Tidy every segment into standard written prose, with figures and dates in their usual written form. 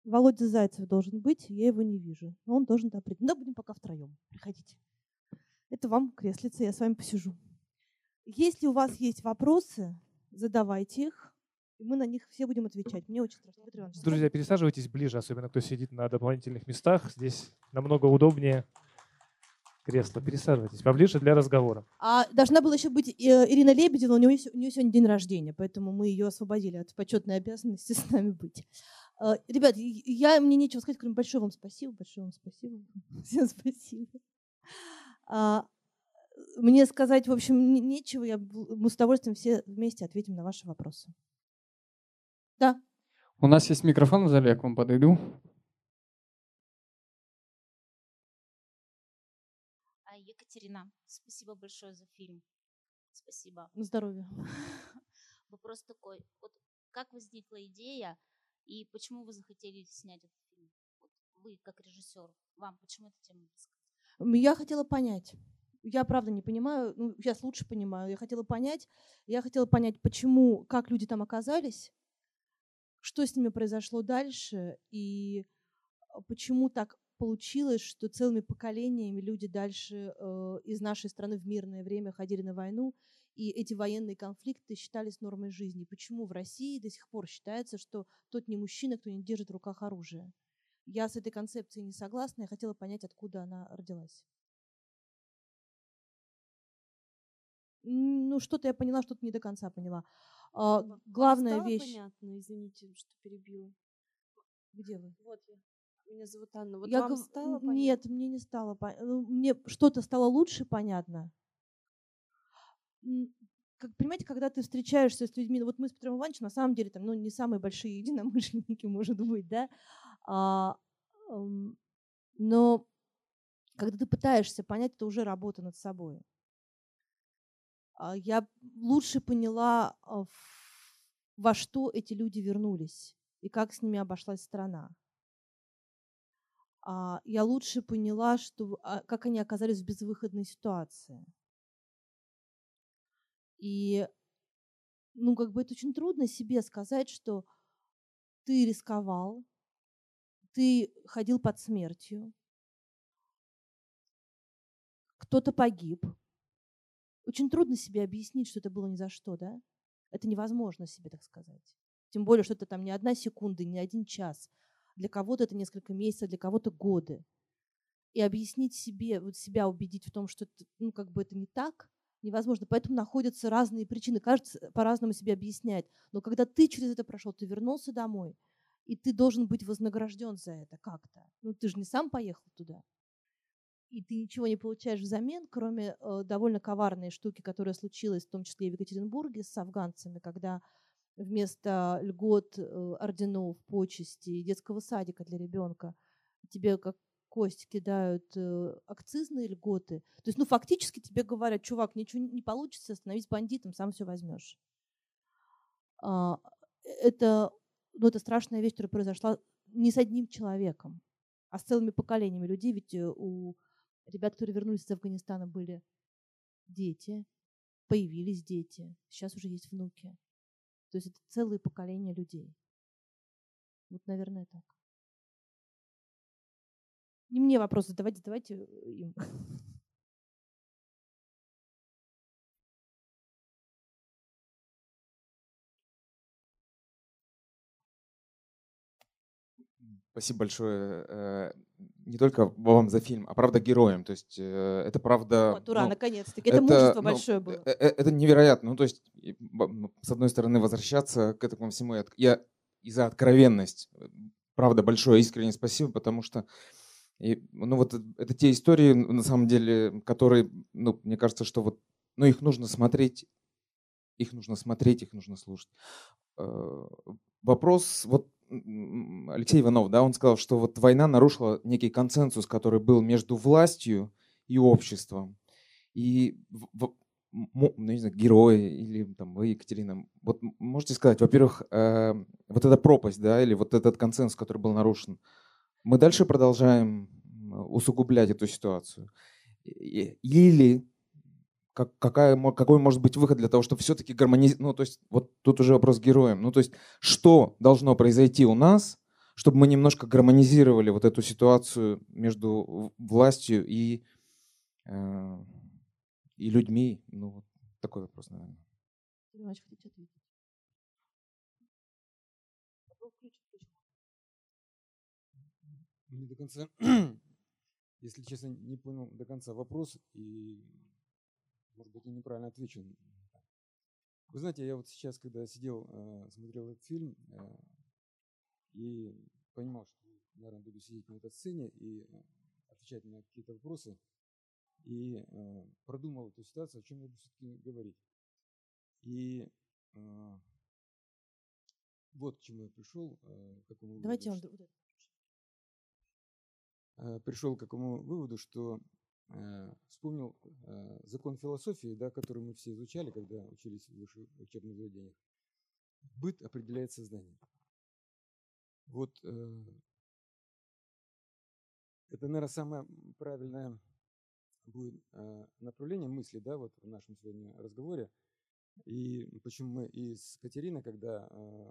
Володя Зайцев должен быть, я его не вижу. Но он должен прийти. Да, будем пока втроем. Приходите. Это вам креслица, я с вами посижу. Если у вас есть вопросы, задавайте их, и мы на них все будем отвечать. Мне очень страшно. Петр Иванович, Друзья, пересаживайтесь ближе, особенно кто сидит на дополнительных местах. Здесь намного удобнее кресло. Пересаживайтесь поближе для разговора. А должна была еще быть Ирина Лебедева, у нее сегодня день рождения, поэтому мы ее освободили от почетной обязанности с нами быть. Ребят, мне нечего сказать, кроме большого вам спасибо. Большое вам спасибо. Всем спасибо. Мне сказать, в общем, нечего. Мы с удовольствием все вместе ответим на ваши вопросы. Да. У нас есть микрофон в зале, я к вам подойду. Екатерина, спасибо большое за фильм. Спасибо. На здоровье. Вопрос такой. Вот как возникла идея и почему вы захотели снять этот фильм? Вот вы, как режиссер, вам почему эта тема рассказать? Я хотела понять. Я правда не понимаю, сейчас лучше понимаю. Я хотела понять, почему, как люди там оказались, что с ними произошло дальше и почему так получилось, что целыми поколениями люди дальше из нашей страны в мирное время ходили на войну, и эти военные конфликты считались нормой жизни. Почему в России до сих пор считается, что тот не мужчина, кто не держит в руках оружие? Я с этой концепцией не согласна, я хотела понять, откуда она родилась. Что-то я поняла, что-то не до конца поняла. Главная стало вещь... понятно, извините, что перебила. Где вы? Вот я. Меня зовут Анна. Вот Я вам стало понятно? Нет, мне не стало понятно. Мне что-то стало лучше понятно. Понимаете, когда ты встречаешься с людьми, вот мы с Петром Ивановичем на самом деле там, не самые большие единомышленники, может быть, да, но когда ты пытаешься понять, это уже работа над собой. Я лучше поняла, во что эти люди вернулись и как с ними обошлась страна. Я лучше поняла, как они оказались в безвыходной ситуации. И, это очень трудно себе сказать, что ты рисковал, ты ходил под смертью, кто-то погиб. Очень трудно себе объяснить, что это было ни за что, да? Это невозможно себе так сказать. Тем более, что это там не 1 секунда, не 1 час. Для кого-то это несколько месяцев, для кого-то годы. И объяснить себе, себя убедить в том, что это не так, невозможно. Поэтому находятся разные причины. Кажется, по-разному себе объяснять. Но когда ты через это прошел, ты вернулся домой, и ты должен быть вознагражден за это как-то. Ты же не сам поехал туда. И ты ничего не получаешь взамен, кроме довольно коварной штуки, которая случилась, в том числе и в Екатеринбурге с афганцами, когда вместо льгот, орденов, почестей, детского садика для ребенка тебе как кость кидают акцизные льготы. То есть, фактически тебе говорят: чувак, ничего не получится, становись бандитом, сам все возьмешь. Это страшная вещь, которая произошла не с одним человеком, а с целыми поколениями людей. Ведь у ребят, которые вернулись из Афганистана, были дети, появились дети, сейчас уже есть внуки. То есть это целые поколения людей. Наверное, так. Не мне вопрос задавайте им. Спасибо большое не только вам за фильм, а правда героям. То есть это правда... Ура, наконец-таки. Это мужество большое было. Это невероятно. То есть, с одной стороны, возвращаться к этому всему. Я и за откровенность, правда, большое искреннее спасибо, потому что это те истории, на самом деле, которые, мне кажется, что их нужно смотреть, их нужно слушать. Вопрос, Алексей Иванов, да, он сказал, что война нарушила некий консенсус, который был между властью и обществом. И, не знаю, герои или вы, Екатерина, можете сказать, во-первых, эта пропасть, да, или этот консенсус, который был нарушен, мы дальше продолжаем усугублять эту ситуацию? Или какой может быть выход для того, чтобы все-таки гармонизировать? То есть тут уже вопрос к героям. То есть что должно произойти у нас, чтобы мы немножко гармонизировали вот эту ситуацию между властью и людьми. Ну, вот такой вопрос, наверное. Иванович, хотите ответить? Не до конца, если честно, не понял до конца вопрос и, может быть, и неправильно отвечу. Вы знаете, я вот сейчас, когда сидел, смотрел этот фильм и понимал, что, наверное, буду сидеть на этой сцене и отвечать на какие-то вопросы, и продумал эту ситуацию, о чем я буду все-таки говорить. И вот к чему я пришел. К какому Давайте выводу, он... пришел к какому выводу, что вспомнил закон философии, да, который мы все изучали, когда учились в высших учебных заведениях. Быт определяет сознание. Вот это, наверное, самое правильное будет направление мысли, да, вот в нашем сегодня разговоре. И почему мы и с Катериной, когда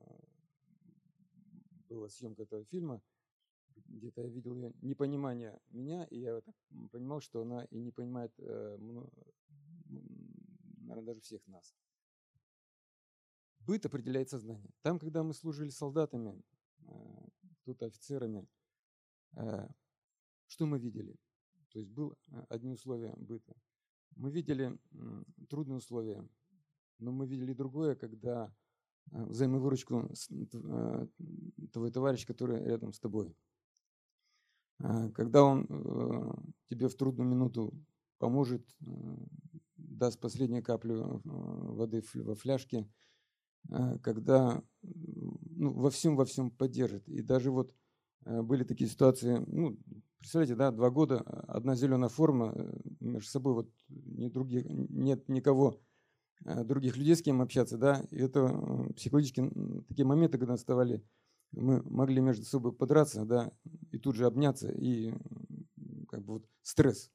была съемка этого фильма, где-то я видел ее непонимание меня, и я так понимал, что она и не понимает, наверное, даже всех нас. Быт определяет сознание. Там, когда мы служили солдатами, кто-то офицерами, что мы видели? То есть было одни условия быта. Мы видели трудные условия, но мы видели другое, когда взаимовыручку твой товарищ, который рядом с тобой. Когда он тебе в трудную минуту поможет, даст последнюю каплю воды во фляжке, когда во всем поддержит. И даже вот были такие ситуации, представляете, да, 2 года, одна зеленая форма, между собой вот нет никого, других людей, с кем общаться, да, и это психологически такие моменты, когда наставали, мы могли между собой подраться, да, и тут же обняться, и как бы вот стресс.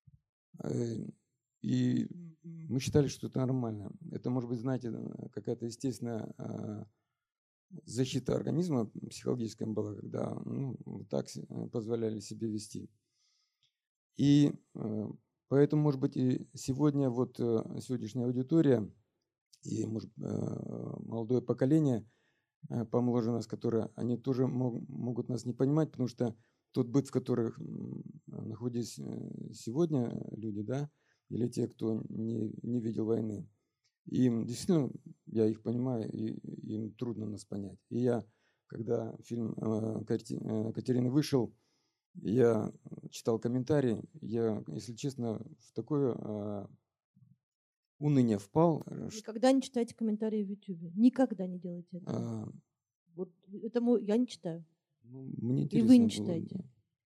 И мы считали, что это нормально. Это, может быть, знаете, какая-то естественная защита организма психологическая была, когда вот так позволяли себе вести. И поэтому, может быть, и сегодня вот сегодняшняя аудитория и, может, молодое поколение помоложе нас, которые, они тоже могут нас не понимать, потому что тот быт, в котором находятся сегодня люди, да, или те, кто не видел войны, им действительно, я их понимаю, и им трудно нас понять. И я, когда фильм Катерины вышел, я читал комментарии, я, если честно, в такое уныние впал. Никогда не читайте комментарии в YouTube. Никогда не делайте это. Вот этому я не читаю. Мне и вы не было, читаете. Да.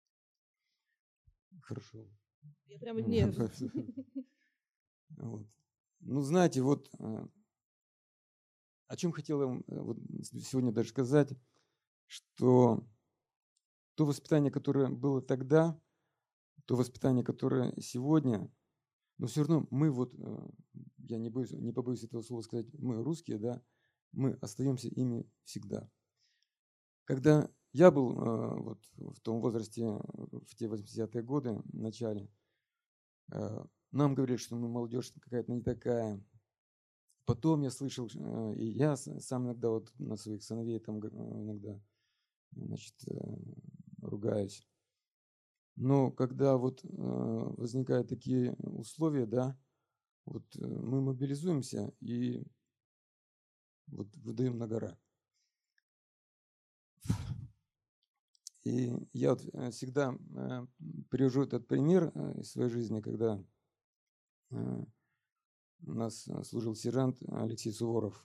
Хорошо. Я прямо не... Вот. Знаете, вот о чем хотел я вам вот сегодня даже сказать, что то воспитание, которое было тогда, то воспитание, которое сегодня, но все равно мы вот, я не побоюсь этого слова сказать, мы русские, да, мы остаемся ими всегда. Когда я был вот в том возрасте, в те 80-е годы, в начале, нам говорили, что мы молодежь какая-то не такая. Потом я слышал, и я сам иногда вот на своих сыновей там иногда, значит, ругаюсь. Но когда вот возникают такие условия, да, вот мы мобилизуемся и вот выдаем на гора. И я вот всегда привожу этот пример из своей жизни, когда у нас служил сержант Алексей Суворов.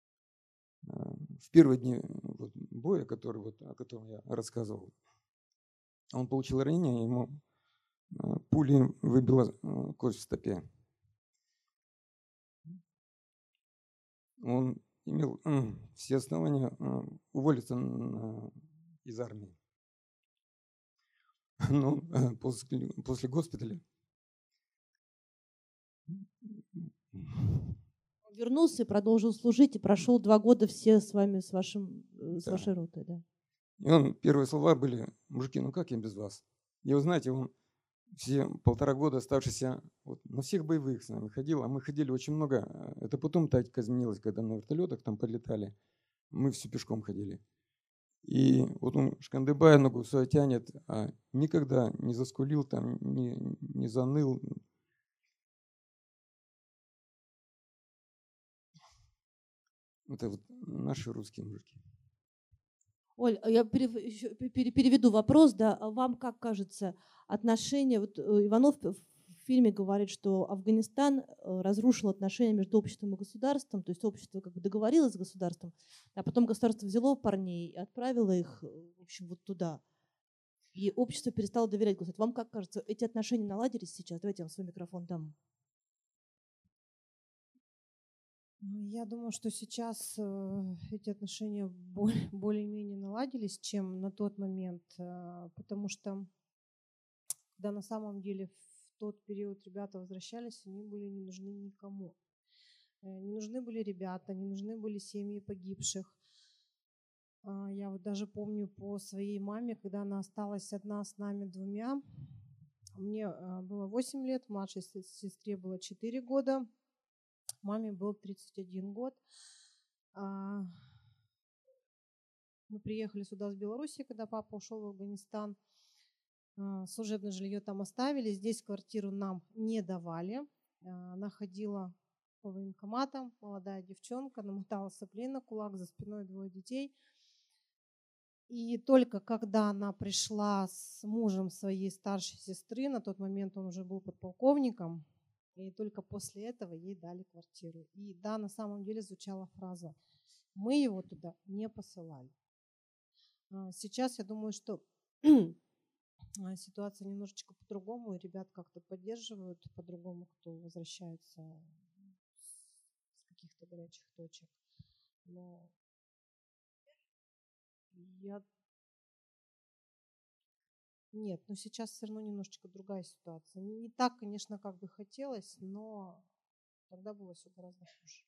В первые дни вот боя, о котором я рассказывал, он получил ранение, ему пулей выбила кость в стопе. Он имел все основания уволиться из армии. Но после госпиталя Он вернулся и продолжил служить, и прошел 2 года все с вами, с вашей ротой, да. И он, первые слова были: мужики, ну как я без вас? И вы знаете, он все 1,5 года оставшийся вот на всех боевых с нами ходил, а мы ходили очень много. Это потом тактика изменилась, когда на вертолетах там подлетали. Мы все пешком ходили. И вот он шкандыбая ногу свою тянет, а никогда не заскулил там, не заныл. Это вот наши русские мужики. Оль, я переведу вопрос, да, а вам как кажется, отношения, вот Иванов в фильме говорит, что Афганистан разрушил отношения между обществом и государством, то есть общество как бы договорилось с государством, а потом государство взяло парней и отправило их, в общем, вот туда. И общество перестало доверять государству. Вам как кажется, эти отношения наладились сейчас? Давайте я вам свой микрофон дам. Я думаю, что сейчас эти отношения более-менее наладились, чем на тот момент, потому что когда на самом деле в тот период ребята возвращались, они были не нужны никому. Не нужны были ребята, не нужны были семьи погибших. Я вот даже помню по своей маме, когда она осталась одна с нами двумя. Мне было 8 лет, младшей сестре было 4 года. Маме был 31 год. Мы приехали сюда с Беларуси, когда папа ушел в Афганистан. Служебное жилье там оставили. Здесь квартиру нам не давали. Она ходила по военкоматам, молодая девчонка, намотала сопли на кулак, за спиной 2 детей. И только когда она пришла с мужем своей старшей сестры, на тот момент он уже был подполковником, и только после этого ей дали квартиру. И да, на самом деле звучала фраза: мы его туда не посылали. Сейчас я думаю, что ситуация немножечко по-другому, и ребят как-то поддерживают по-другому, кто возвращается с каких-то горячих точек. Но Нет, но сейчас все равно немножечко другая ситуация. Не так, конечно, как бы хотелось, но тогда было все гораздо хуже.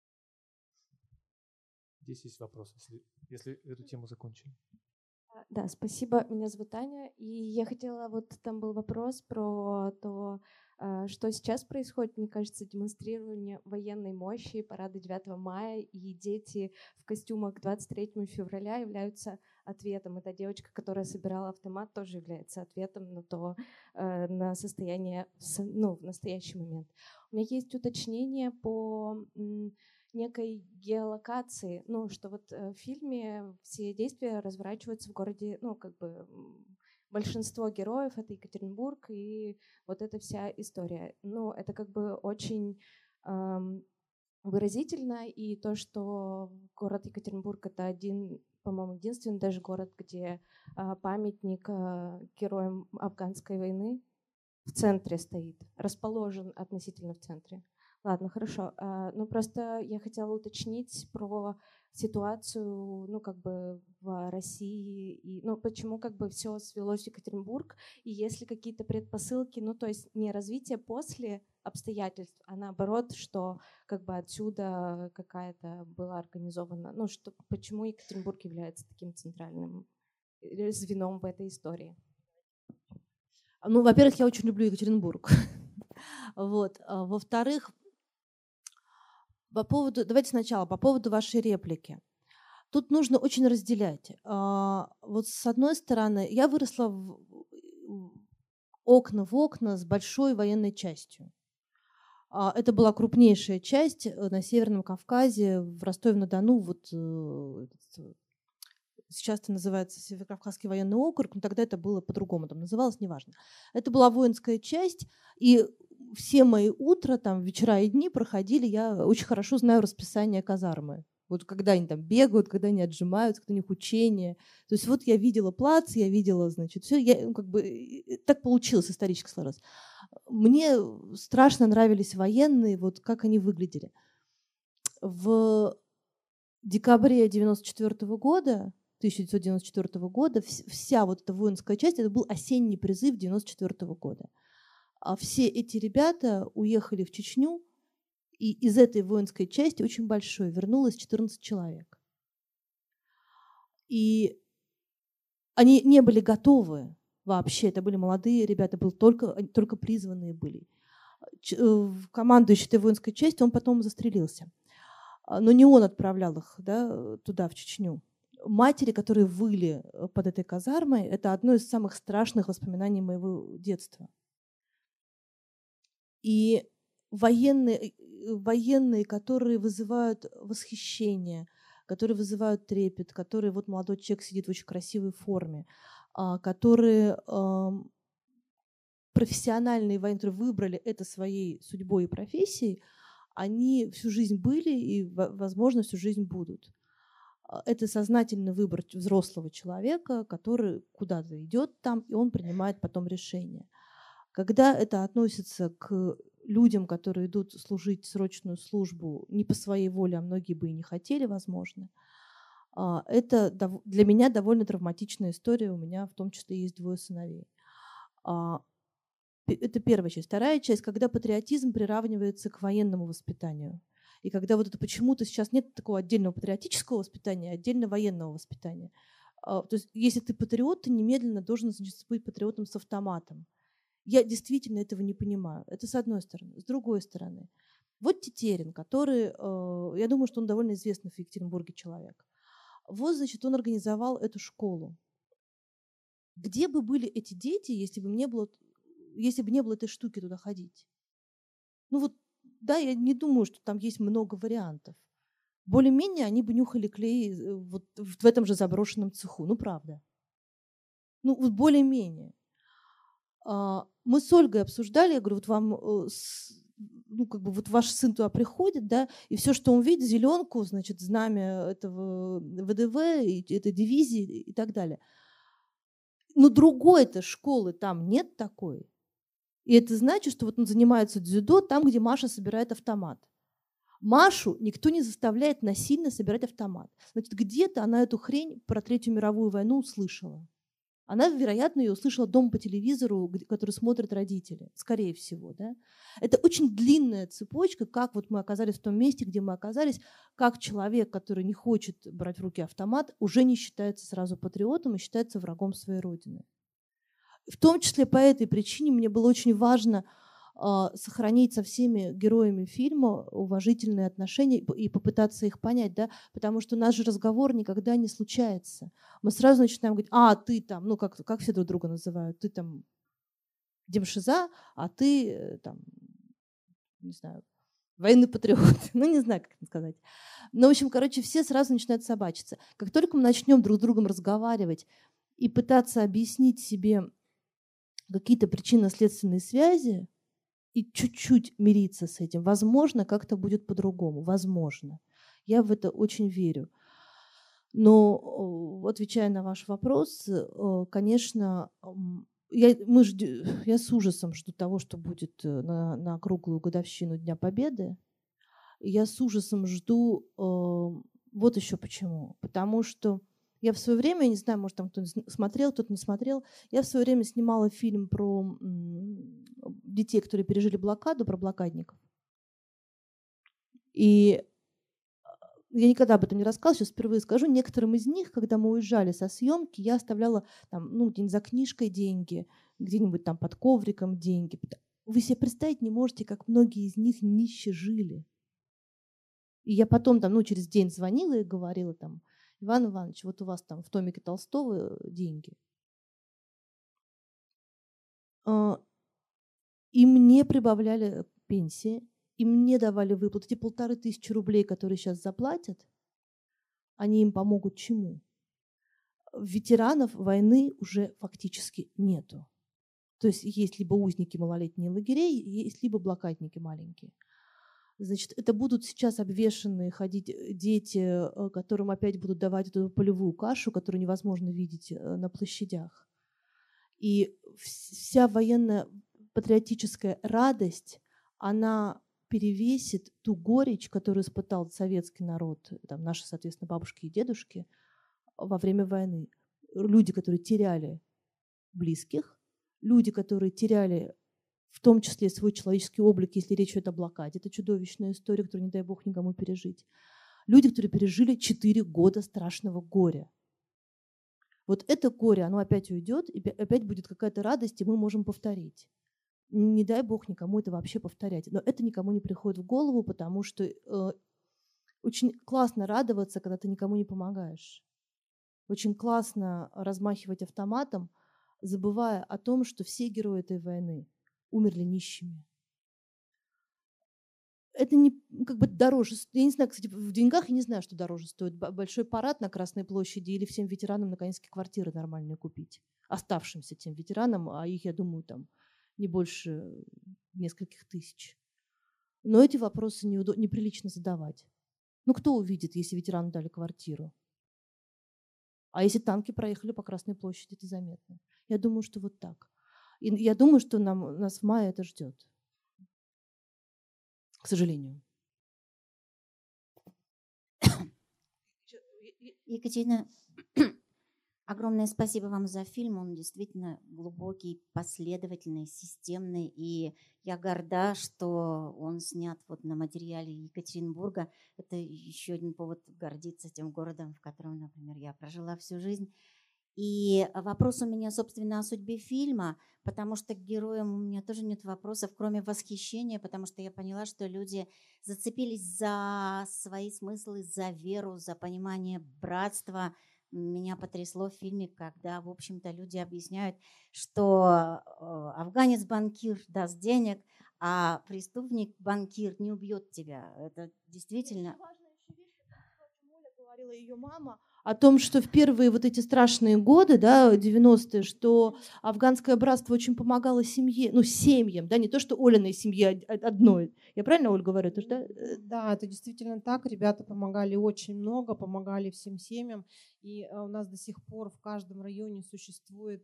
Здесь есть вопрос, если эту тему закончили. Да, спасибо. Меня зовут Аня, и я хотела, вот там был вопрос про то, что сейчас происходит. Мне кажется, демонстрирование военной мощи, парады 9 мая и дети в костюмах к 23 февраля являются ответом. Эта девочка, которая собирала автомат, тоже является ответом на то, на состояние в настоящий момент. У меня есть уточнение по некой геолокации, что вот в фильме все действия разворачиваются в городе, большинство героев — это Екатеринбург, и вот эта вся история. Это как бы очень выразительно, и то, что город Екатеринбург — это по-моему, единственный даже город, где памятник героям афганской войны в центре стоит, расположен относительно в центре. Ладно, хорошо. Просто я хотела уточнить про ситуацию, в России, и, почему все свелось в Екатеринбург, и есть ли какие-то предпосылки, то есть не развитие после обстоятельств, а наоборот, что отсюда какая-то была организована, почему Екатеринбург является таким центральным звеном в этой истории? Во-первых, я очень люблю Екатеринбург. Вот. Во-вторых, давайте сначала по поводу вашей реплики. Тут нужно очень разделять. Вот с одной стороны, я выросла в окна с большой военной частью. Это была крупнейшая часть на Северном Кавказе, в Ростове-на-Дону. Сейчас это называется Северокавказский военный округ, но тогда это было по-другому, там называлось, неважно. Это была воинская часть, и все мои утра, вечера и дни проходили, я очень хорошо знаю расписание казармы. Вот когда они там бегают, когда они отжимаются, когда у них учения. То есть вот я видела плац, я видела, все, так получилось, исторически сложилось. Мне страшно нравились военные, вот как они выглядели. В декабре 1994 года вся вот эта воинская часть, это был осенний призыв 1994 года. А все эти ребята уехали в Чечню, и из этой воинской части, очень большой, вернулось 14 человек. И Они не были готовы вообще. Это были молодые ребята, только призванные были. Командующий этой воинской части, он потом застрелился. Но не он отправлял их, да, туда, в Чечню. Матери, которые выли под этой казармой, это одно из самых страшных воспоминаний моего детства. И военные, которые вызывают восхищение, которые вызывают трепет, которые, вот молодой человек сидит в очень красивой форме, которые профессиональные военные, которые выбрали это своей судьбой и профессией, они всю жизнь были и, возможно, всю жизнь будут. Это сознательный выбор взрослого человека, который куда-то идет там, и он принимает потом решение. Когда это относится к людям, которые идут служить срочную службу не по своей воле, а многие бы и не хотели, возможно, это для меня довольно травматичная история. У меня в том числе есть 2 сыновей. Это первая часть. Вторая часть, когда патриотизм приравнивается к военному воспитанию. И когда вот это почему-то сейчас нет такого отдельного патриотического воспитания, отдельно военного воспитания. То есть если ты патриот, ты немедленно должен, значит, быть патриотом с автоматом. Я действительно этого не понимаю. Это с одной стороны. С другой стороны, вот Тетерин, который, я думаю, что он довольно известный в Екатеринбурге человек. Вот, значит, он организовал эту школу. Где бы были эти дети, если бы не было этой штуки туда ходить? Ну вот, да, я не думаю, что там есть много вариантов. Более-менее они бы нюхали клей вот в этом же заброшенном цеху. Ну, правда. Ну, вот более-менее. Мы с Ольгой обсуждали, я говорю, вот вам, ну, как бы вот ваш сын туда приходит, да, и все, что он видит, зеленку, значит, знамя этого ВДВ, этой дивизии и так далее. Но другой-то школы там нет такой. И это значит, что вот он занимается дзюдо там, где Маша собирает автомат. Машу никто не заставляет насильно собирать автомат. Значит, где-то она эту хрень про Третью мировую войну услышала. Она, вероятно, ее услышала дома по телевизору, который смотрят родители, скорее всего. Да? Это очень длинная цепочка, как вот мы оказались в том месте, где мы оказались, как человек, который не хочет брать в руки автомат, уже не считается сразу патриотом и считается врагом своей родины. В том числе по этой причине мне было очень важно сохранить со всеми героями фильма уважительные отношения и попытаться их понять, да, потому что наш же разговор никогда не случается. Мы сразу начинаем говорить, ты там, ну как все друг друга называют, ты там демшиза, а ты там, не знаю, военный патриот, ну не знаю, как это сказать. Но, в общем, короче, все сразу начинают собачиться. Как только мы начнем друг с другом разговаривать и пытаться объяснить себе какие-то причинно-следственные связи, и чуть-чуть мириться с этим. Возможно, как-то будет по-другому. Возможно. Я в это очень верю. Но, отвечая на ваш вопрос, конечно, я с ужасом жду того, что будет на круглую годовщину Дня Победы. Я с ужасом жду вот еще почему. Потому что я в свое время, я не знаю, может, там кто-то смотрел, кто-то не смотрел, я в свое время снимала фильм про детей, которые пережили блокаду, про блокадников. И я никогда об этом не рассказывала, сейчас впервые скажу. Некоторым из них, когда мы уезжали со съемки, я оставляла там, где-нибудь за книжкой деньги, где-нибудь там под ковриком деньги. Вы себе представить не можете, как многие из них нище жили. И я потом там, через день звонила и говорила там: Иван Иванович, вот у вас там в томике Толстого деньги. И мне прибавляли пенсии, и мне давали выплаты. Эти 1500 рублей, которые сейчас заплатят, они им помогут чему? Ветеранов войны уже фактически нету. То есть есть либо узники малолетние лагерей, есть либо блокадники маленькие. Значит, это будут сейчас обвешанные ходить дети, которым опять будут давать эту полевую кашу, которую невозможно видеть на площадях. И вся военная патриотическая радость, она перевесит ту горечь, которую испытал советский народ, там, наши, соответственно, бабушки и дедушки во время войны. Люди, которые теряли близких, люди, которые теряли в том числе свой человеческий облик, если речь идет о блокаде. Это чудовищная история, которую, не дай бог, никому пережить. Люди, которые пережили 4 года страшного горя. Вот это горе, оно опять уйдет, и опять будет какая-то радость, и мы можем повторить. Не дай бог никому это вообще повторять. Но это никому не приходит в голову, потому что очень классно радоваться, когда ты никому не помогаешь. Очень классно размахивать автоматом, забывая о том, что все герои этой войны умерли нищими. Это не как бы дороже. Я не знаю, кстати, в деньгах я не знаю, что дороже стоит. Большой парад на Красной площади или всем ветеранам наконец-таки квартиры нормальные купить. Оставшимся тем ветеранам, а их, я думаю, там не больше нескольких тысяч. Но эти вопросы неприлично задавать. Ну, кто увидит, если ветерану дали квартиру? А если танки проехали по Красной площади, это заметно. Я думаю, что вот так. И я думаю, что нас в мае это ждет. К сожалению. Екатерина, огромное спасибо вам за фильм. Он действительно глубокий, последовательный, системный. И я горда, что он снят вот на материале Екатеринбурга. Это еще один повод гордиться тем городом, в котором, например, я прожила всю жизнь. И вопрос у меня, собственно, о судьбе фильма, потому что к героям у меня тоже нет вопросов, кроме восхищения, потому что я поняла, что люди зацепились за свои смыслы, за веру, за понимание братства. Меня потрясло в фильме, когда, в общем-то, люди объясняют, что афганец-банкир даст денег, а преступник-банкир не убьет тебя. Это действительно... Говорила ее мама о том, что в первые вот эти страшные годы, да, 90-е, что афганское братство очень помогало семье, ну, семьям, да, не то, что Олиной семье одной. Я правильно, Оль, говорю? Это ж, да? Да, это действительно так. Ребята помогали очень много, помогали всем семьям. И у нас до сих пор в каждом районе существует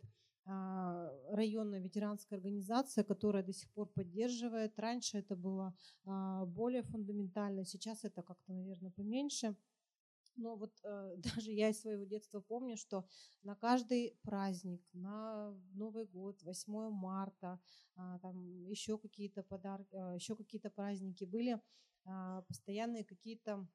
районная ветеранская организация, которая до сих пор поддерживает. Раньше это было более фундаментально, сейчас это как-то, наверное, поменьше. Но вот даже я из своего детства помню, что на каждый праздник, на Новый год, 8 марта, там еще какие-то подарки, еще какие-то праздники были, постоянные какие-то,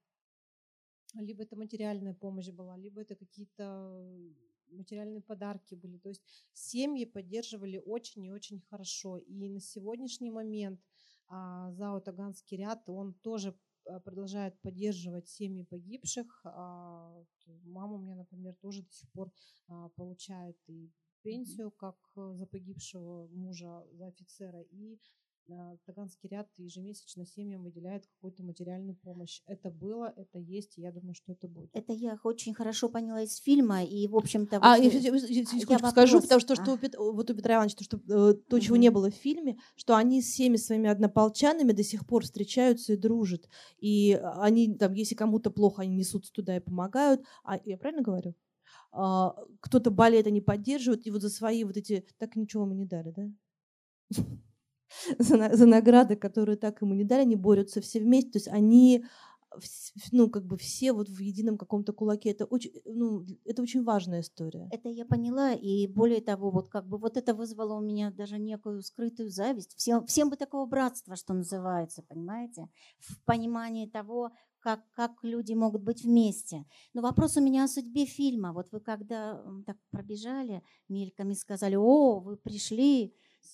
либо это материальная помощь была, либо это какие-то материальные подарки были. То есть семьи поддерживали очень и очень хорошо. И на сегодняшний момент ЗАО «Таганский ряд», он тоже продолжает поддерживать семьи погибших. Мама у меня, например, тоже до сих пор получает и пенсию как за погибшего мужа, за офицера, и Таганский ряд ежемесячно семьям выделяет какую-то материальную помощь. Это было, это есть, и я думаю, что это будет. Это я очень хорошо поняла из фильма, и, в общем-то... Я секундочку скажу, потому что вот у Петра Ивановича, то, чего не было в фильме, что они с всеми своими однополчанами до сих пор встречаются и дружат. И они, там, если кому-то плохо, они несутся туда и помогают. Я правильно говорю? Кто-то болеет, они поддерживают, и вот за свои вот эти... Так ничего мы не дали, да? За награды, которые так ему не дали, они борются все вместе. То есть они, ну, как бы все вот в едином каком-то кулаке. Это очень, ну, это очень важная история. Это я поняла, и более того, вот как бы вот это вызвало у меня даже некую скрытую зависть. Всем бы такого братства, что называется, понимаете? В понимании того, как люди могут быть вместе. Но вопрос у меня о судьбе фильма. Вот вы когда так пробежали мельком и сказали: «О, вы пришли»,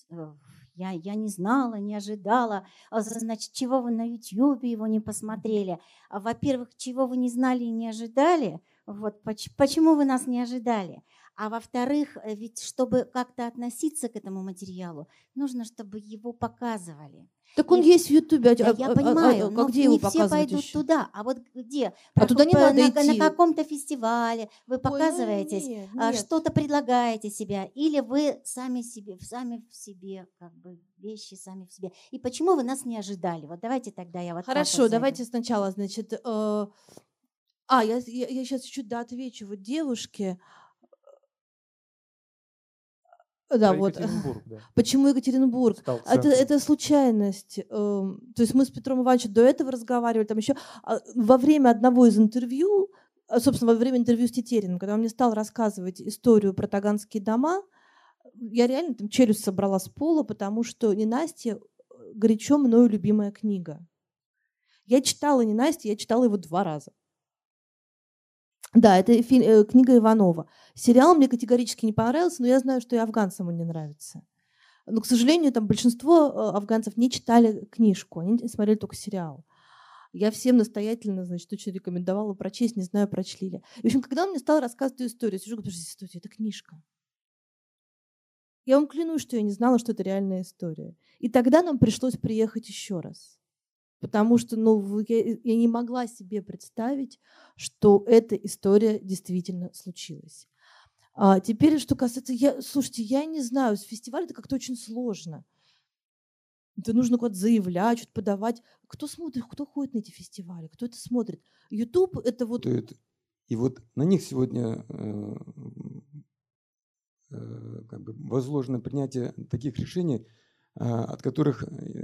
я не знала, не ожидала. Значит, чего вы на Ютьюбе его не посмотрели? Во-первых, чего вы не знали и не ожидали? Вот почему вы нас не ожидали? А во-вторых, ведь чтобы как-то относиться к этому материалу, нужно, чтобы его показывали. Так он есть в Ютубе. Да, я понимаю, но где не его все пойдут еще? туда. А вот где? Туда не надо идти. На каком-то фестивале вы показываетесь, нет. что-то предлагаете себя, или вы сами в себе, как бы вещи сами в себе. И почему вы нас не ожидали? Вот давайте тогда я вот Хорошо, так вот давайте сначала, значит... я сейчас чуть-чуть доотвечу. Вот девушке... Да, Про вот. Екатеринбург, да. Почему Екатеринбург? Стал центром. Это случайность. То есть мы с Петром Ивановичем до этого разговаривали, там еще во время одного из интервью, собственно, во время интервью с Тетериным, когда он мне стал рассказывать историю про таганские дома, я реально там челюсть собрала с пола, потому что «Ненастье» горячо мною любимая книга. Я читала «Ненастье», я читала его 2 раза. Да, это книга Иванова. Сериал мне категорически не понравился, но я знаю, что и афганцам он не нравится. Но, к сожалению, там большинство афганцев не читали книжку, они смотрели только сериал. Я всем настоятельно, значит, очень рекомендовала прочесть, не знаю, прочли ли. И, в общем, когда он мне стал рассказывать эту историю, я сижу, говорю, подожди, история, это книжка. Я вам клянусь, что я не знала, что это реальная история. И тогда нам пришлось приехать еще раз. Потому что я не могла себе представить, что эта история действительно случилась. А теперь, что касается... Слушайте, я не знаю, с фестиваля это как-то очень сложно. Это нужно куда-то заявлять, что-то подавать. Кто смотрит, кто ходит на эти фестивали, кто это смотрит? YouTube — это вот... И вот на них сегодня как бы возложено принятие таких решений, от которых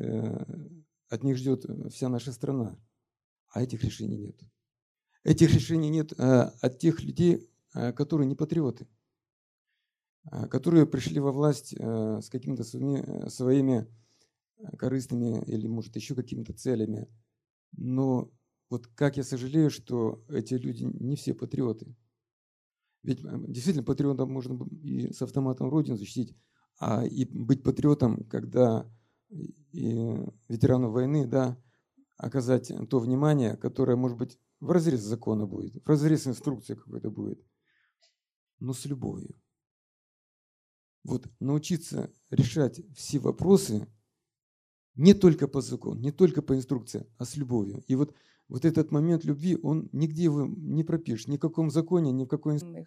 от них ждет вся наша страна. А этих решений нет. Этих решений нет от тех людей, которые не патриоты, которые пришли во власть с какими-то своими корыстными или, может, еще какими-то целями. Но вот как я сожалею, что эти люди не все патриоты. Ведь действительно патриотом можно и с автоматом Родину защитить, а и быть патриотом, когда и ветерану войны, да, оказать то внимание, которое, может быть, вразрез закона будет, вразрез инструкции какой-то будет, но с любовью. Вот научиться решать все вопросы не только по закону, не только по инструкции, а с любовью. И вот этот момент любви, он нигде его не пропишешь, ни в каком законе, ни в какой инструкции.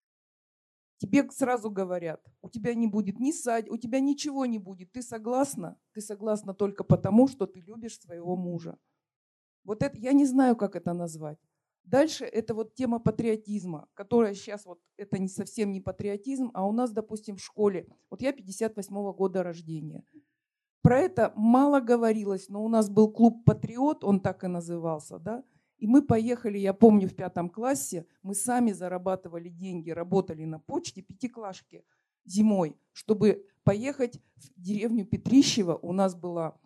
Тебе сразу говорят, у тебя не будет ни садика, у тебя ничего не будет. Ты согласна? Ты согласна только потому, что ты любишь своего мужа. Вот это, я не знаю, как это назвать. Дальше это вот тема патриотизма, которая сейчас вот это не совсем не патриотизм, а у нас, допустим, в школе. Вот я 58-го года рождения. Про это мало говорилось, но у нас был клуб «Патриот», он так и назывался, да. И мы поехали, я помню, в 5 классе, мы сами зарабатывали деньги, работали на почте, пятиклашки зимой, чтобы поехать в деревню Петрищево. У нас была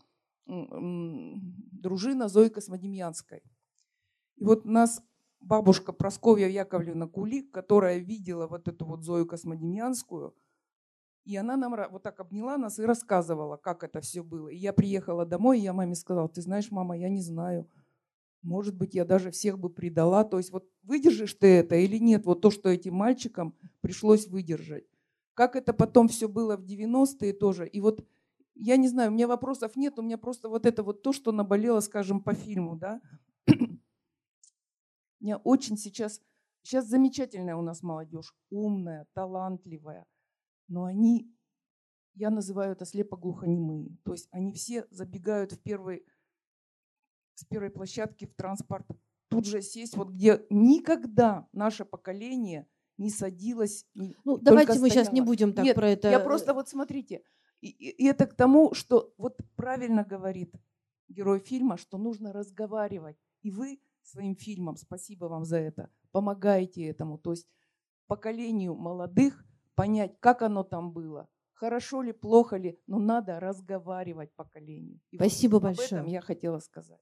дружина Зои Космодемьянской. И вот нас бабушка Прасковья Яковлевна Кулик, которая видела вот эту вот Зою Космодемьянскую, и она нам вот так обняла нас и рассказывала, как это все было. И я приехала домой, и я маме сказала, ты знаешь, мама, я не знаю. Может быть, я даже всех бы предала. То есть вот выдержишь ты это или нет? Вот то, что этим мальчикам пришлось выдержать. Как это потом все было в 90-е тоже. И вот я не знаю, у меня вопросов нет, у меня просто вот это вот то, что наболело, скажем, по фильму. Да? Меня очень сейчас замечательная у нас молодежь, умная, талантливая. Но они, я называю это слепо-глухонемые. То есть они все забегают с первой площадки в транспорт, тут же сесть, вот где никогда наше поколение не садилось. Давайте мы сейчас не будем так про это. Я просто вот смотрите, и это к тому, что вот правильно говорит герой фильма, что нужно разговаривать. И вы своим фильмом, спасибо вам за это, помогаете этому. То есть поколению молодых понять, как оно там было. Хорошо ли, плохо ли, но надо разговаривать поколению. И спасибо вот большое. Об этом я хотела сказать.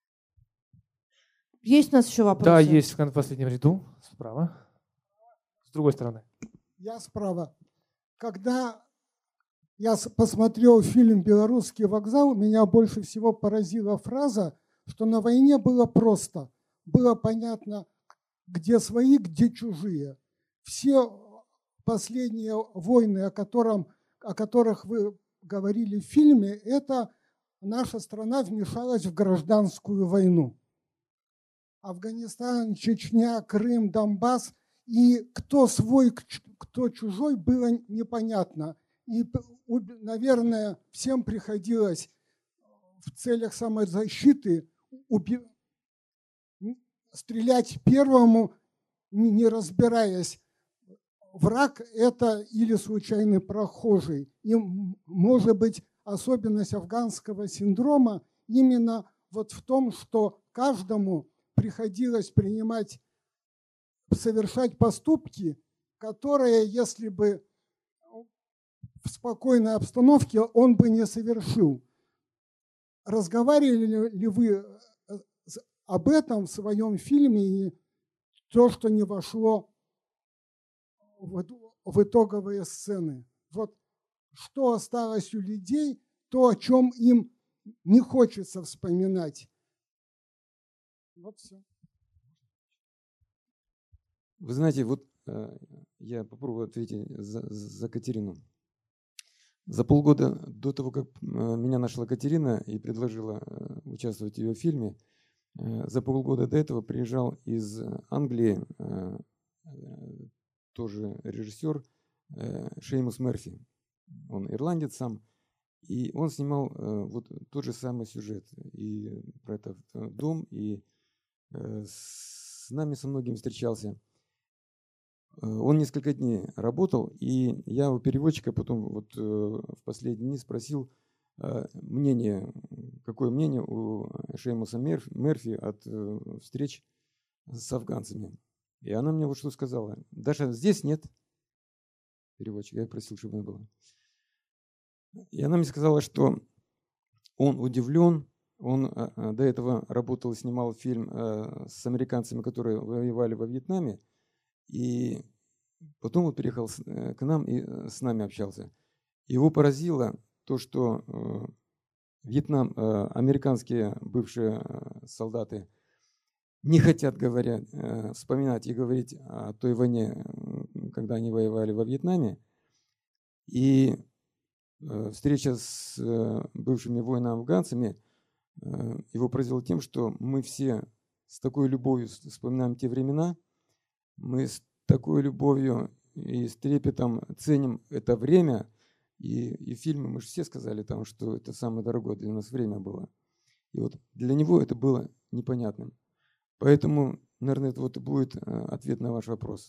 Есть у нас еще вопросы? Да, есть в последнем ряду, справа. С другой стороны. Я справа. Когда я посмотрел фильм «Белорусский вокзал», меня больше всего поразила фраза, что на войне было просто. Было понятно, где свои, где чужие. Все последние войны, о которых вы говорили в фильме, это наша страна вмешалась в гражданскую войну. Афганистан, Чечня, Крым, Донбасс. И кто свой, кто чужой, было непонятно. И, наверное, всем приходилось в целях самозащиты стрелять первому, не разбираясь, враг это или случайный прохожий. И, может быть, особенность афганского синдрома именно вот в том, что каждому приходилось совершать поступки, которые, если бы в спокойной обстановке, он бы не совершил. Разговаривали ли вы об этом в своем фильме? И то, что не вошло в итоговые сцены. Вот что осталось у людей, то, о чем им не хочется вспоминать. Вот все. Вы знаете, вот я попробую ответить за Катерину. За полгода до того, как меня нашла Катерина и предложила участвовать в ее фильме, за полгода до этого приезжал из Англии тоже режиссер Шеймус Мерфи. Он ирландец сам. И он снимал вот тот же самый сюжет. И про этот дом, и с нами со многими встречался. Он несколько дней работал, и я у переводчика потом вот в последние дни спросил мнение, какое мнение у Шеймуса Мерфи от встреч с афганцами. И она мне вот что сказала. Даже здесь нет переводчика, я просил, чтобы она была. И она мне сказала, что он удивлен, он до этого работал и снимал фильм с американцами, которые воевали во Вьетнаме, и потом вот приехал к нам и с нами общался. Его поразило то, что американские бывшие солдаты не хотят вспоминать и говорить о той войне, когда они воевали во Вьетнаме. И встреча с бывшими воинами-афганцами его поразила тем, что мы все с такой любовью вспоминаем те времена, мы с такой любовью и с трепетом ценим это время. И фильмы, мы же все сказали там, что это самое дорогое для нас время было. И вот для него это было непонятным. Поэтому, наверное, это вот и будет ответ на ваш вопрос.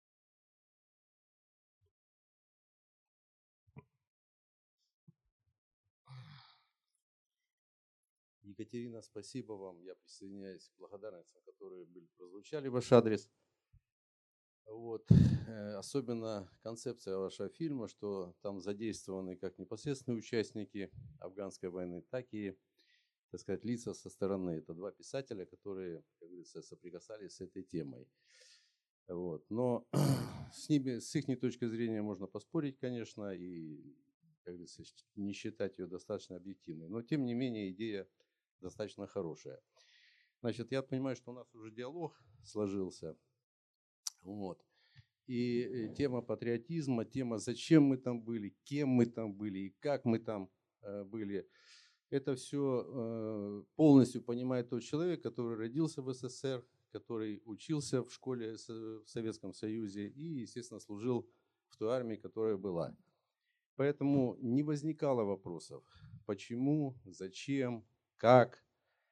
Екатерина, спасибо вам. Я присоединяюсь к благодарностям, которые прозвучали в ваш адрес. Вот. Особенно концепция вашего фильма, что там задействованы как непосредственные участники афганской войны, так и, так сказать, лица со стороны. Это два писателя, которые, как говорится, соприкасались с этой темой. Вот. Но с их точки зрения можно поспорить, конечно, и, как говорится, не считать ее достаточно объективной. Но, тем не менее, идея достаточно хорошая. Значит, я понимаю, что у нас уже диалог сложился. Вот. И тема патриотизма, тема, зачем мы там были, кем мы там были и как мы там были, это все полностью понимает тот человек, который родился в СССР, который учился в школе в Советском Союзе и, естественно, служил в той армии, которая была. Поэтому не возникало вопросов, почему, зачем, как.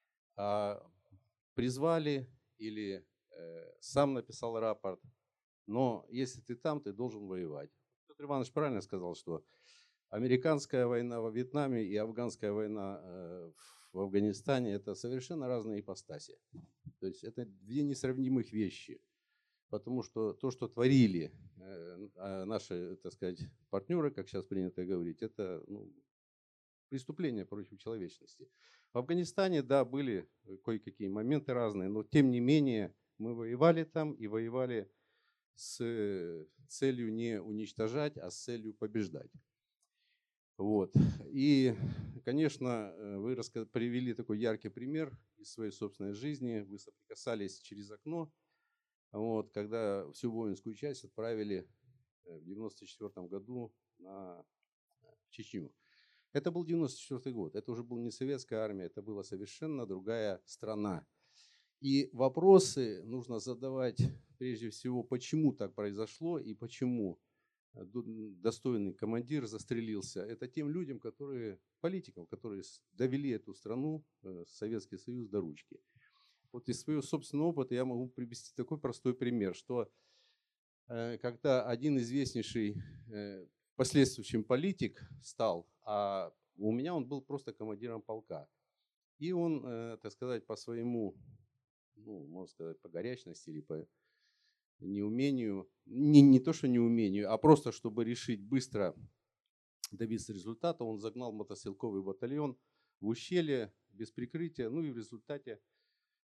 Призвали или сам написал рапорт, но если ты там, ты должен воевать. Петр Иванович правильно сказал, что американская война во Вьетнаме и афганская война в Афганистане – это совершенно разные ипостаси. То есть это две несравнимых вещи. Потому что то, что творили наши, так сказать, партнеры, как сейчас принято говорить, это преступления против человечности. В Афганистане, да, были кое-какие моменты разные, но тем не менее мы воевали там и воевали с целью не уничтожать, а с целью побеждать. Вот. И, конечно, вы привели такой яркий пример из своей собственной жизни. Вы соприкасались через окно, вот, когда всю воинскую часть отправили в 1994 году в Чечню. Это был 1994 год, это уже была не советская армия, это была совершенно другая страна. И вопросы нужно задавать прежде всего, почему так произошло и почему достойный командир застрелился. Это тем людям, политикам, которые довели эту страну, Советский Союз, до ручки. Вот из своего собственного опыта я могу привести такой простой пример, что когда один известнейший последующий политик стал, а у меня он был просто командиром полка. И он, так сказать, по своему, можно сказать, по горячности или по неумению, не то что неумению, а просто чтобы решить быстро добиться результата, он загнал мотострелковый батальон в ущелье без прикрытия, и в результате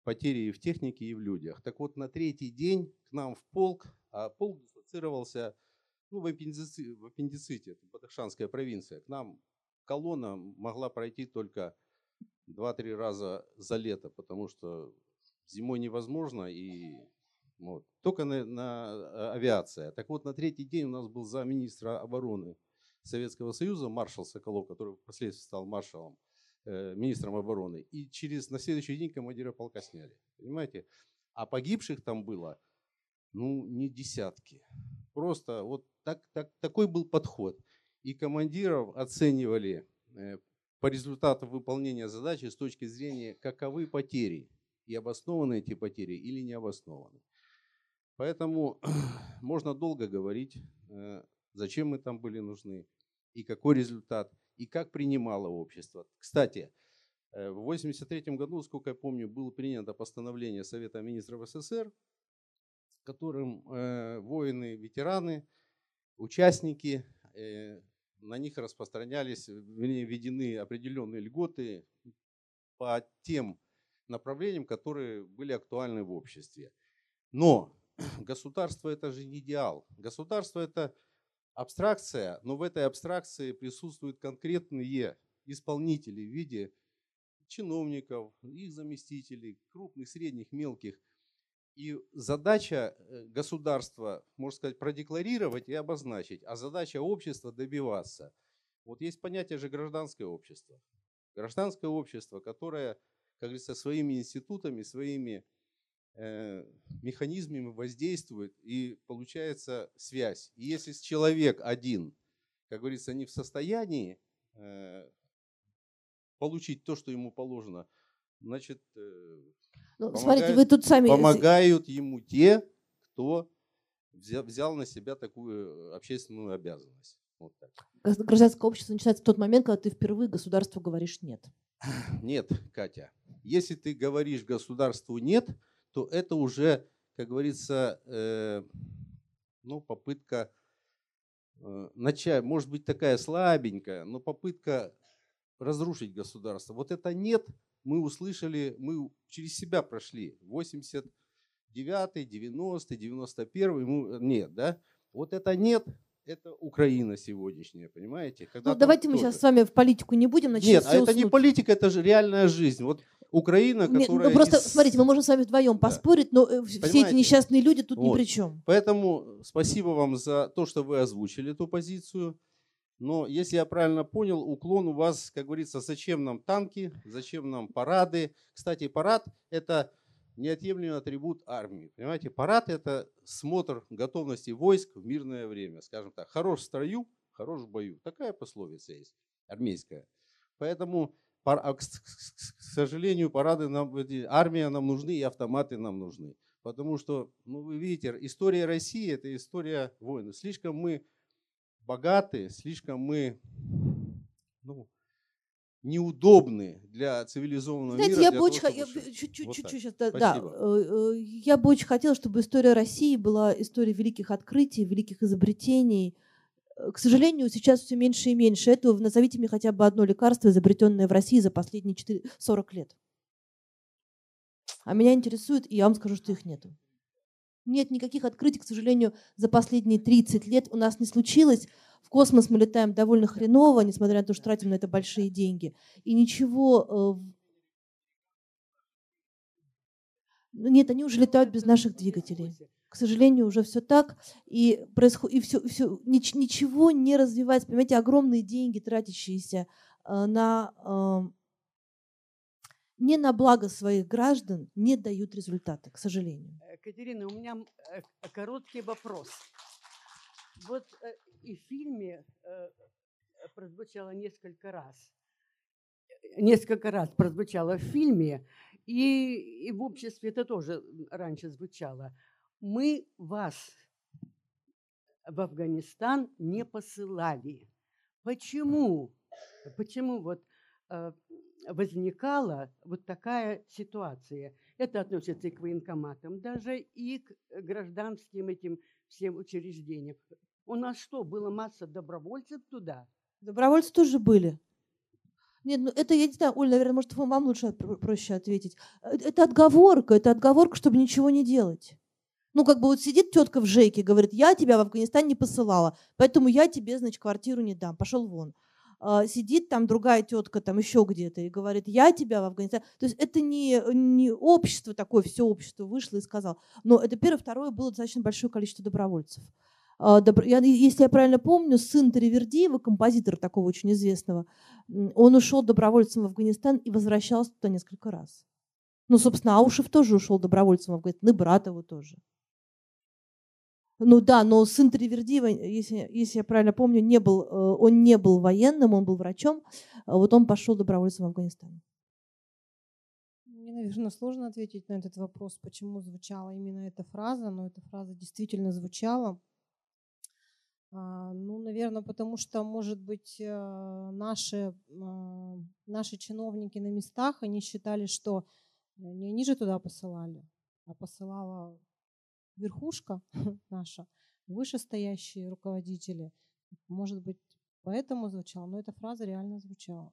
потери и в технике, и в людях. Так вот, на третий день к нам в полк, а полк дислоцировался в аппендиците, это Бадахшанская провинция. К нам колонна могла пройти только 2-3 раза за лето, потому что зимой невозможно, и вот, только на авиация. Так вот, на третий день у нас был замминистра обороны Советского Союза, маршал Соколов, который впоследствии стал маршалом, министром обороны. И на следующий день командира полка сняли. Понимаете? А погибших там было, не десятки. Просто вот такой был подход. И командиров оценивали по результатам выполнения задачи с точки зрения, каковы потери. И обоснованы эти потери или не обоснованы. Поэтому можно долго говорить, зачем мы там были нужны, и какой результат, и как принимало общество. Кстати, в 1983 году, сколько я помню, было принято постановление Совета министров СССР, которым воины, ветераны, участники, на них распространялись, введены определенные льготы по тем направлениям, которые были актуальны в обществе. Но государство – это же не идеал. Государство – это абстракция, но в этой абстракции присутствуют конкретные исполнители в виде чиновников, их заместителей, крупных, средних, мелких. И задача государства, можно сказать, продекларировать и обозначить, а задача общества – добиваться. Вот есть понятие же гражданское общество. Гражданское общество, которое, как говорится, своими институтами, своими механизмами воздействует, и получается связь. И если человек один, как говорится, не в состоянии получить то, что ему положено, значит, смотрите, вы тут сами... помогают ему те, кто взял на себя такую общественную обязанность. Вот так. Гражданское общество начинается в тот момент, когда ты впервые государству говоришь «нет». Нет, Катя. Если ты говоришь государству «нет», то это уже, как говорится, попытка начать, может быть такая слабенькая, но попытка разрушить государство. Вот это «нет» мы услышали, мы через себя прошли. 89-й, 90-й, 91-й, нет, да? Вот это «нет», это Украина сегодняшняя, понимаете? Давайте мы сейчас с вами в политику не будем. Нет, а это не политика, это же реальная жизнь. Вот Украина, которая... просто, смотрите, мы можем с вами вдвоем поспорить, но все эти несчастные люди тут ни при чем. Поэтому спасибо вам за то, что вы озвучили эту позицию. Но если я правильно понял, уклон у вас, как говорится, зачем нам танки, зачем нам парады. Кстати, парад – это неотъемлемый атрибут армии. Понимаете, парад – это смотр готовности войск в мирное время. Скажем так, хорош в строю, хорош в бою. Такая пословица есть, армейская. Поэтому, к сожалению, парады армия нам нужны и автоматы нам нужны. Потому что, вы видите, история России – это история войны. Слишком мы богаты, слишком мы неудобны для цивилизованного мира. Я бы очень хотела, чтобы история России была историей великих открытий, великих изобретений. К сожалению, сейчас все меньше и меньше этого. Назовите мне хотя бы одно лекарство, изобретенное в России за последние 40 лет. А меня интересует, и я вам скажу, что их нету. Нет никаких открытий, к сожалению, за последние 30 лет у нас не случилось. В космос мы летаем довольно хреново, несмотря на то, что тратим на это большие деньги. И ничего... Нет, они уже летают без наших двигателей. К сожалению, уже все так. И ничего не развивается. Понимаете, огромные деньги, тратящиеся не на благо своих граждан, не дают результата, к сожалению. Катерина, у меня короткий вопрос. Вот и в фильме прозвучало несколько раз. Несколько раз прозвучало в фильме, и в обществе это тоже раньше звучало. Мы вас в Афганистан не посылали. Почему? Почему вот возникала вот такая ситуация? Это относится и к военкоматам, даже и к гражданским этим всем учреждениям. У нас что, была масса добровольцев туда? Добровольцы тоже были. Нет, ну это, я не знаю, Оль, наверное, может, вам лучше проще ответить. Это отговорка, чтобы ничего не делать. Ну, как бы вот сидит тетка в ЖЭКе, говорит, я тебя в Афганистан не посылала, поэтому я тебе, значит, квартиру не дам, пошел вон. Сидит там другая тетка там еще где-то и говорит, я тебя в Афганистан. То есть это не общество такое, все общество вышло и сказало. Но это первое. Второе, было достаточно большое количество добровольцев. Если я правильно помню, сын Таривердиева, композитора такого очень известного, он ушел добровольцем в Афганистан и возвращался туда несколько раз. Ну, собственно, Аушев тоже ушел добровольцем в Афганистан, и брат его тоже. Ну да, но сын Таривердиева, если я правильно помню, он не был военным, он был врачом. Вот он пошел добровольцем в Афганистан. Мне, наверное, сложно ответить на этот вопрос, почему звучала именно эта фраза, но эта фраза действительно звучала. Ну, наверное, потому что, может быть, наши чиновники на местах, они считали, что не они же туда посылали, а посылала верхушка наша, вышестоящие руководители. Может быть, поэтому звучало, но эта фраза реально звучала.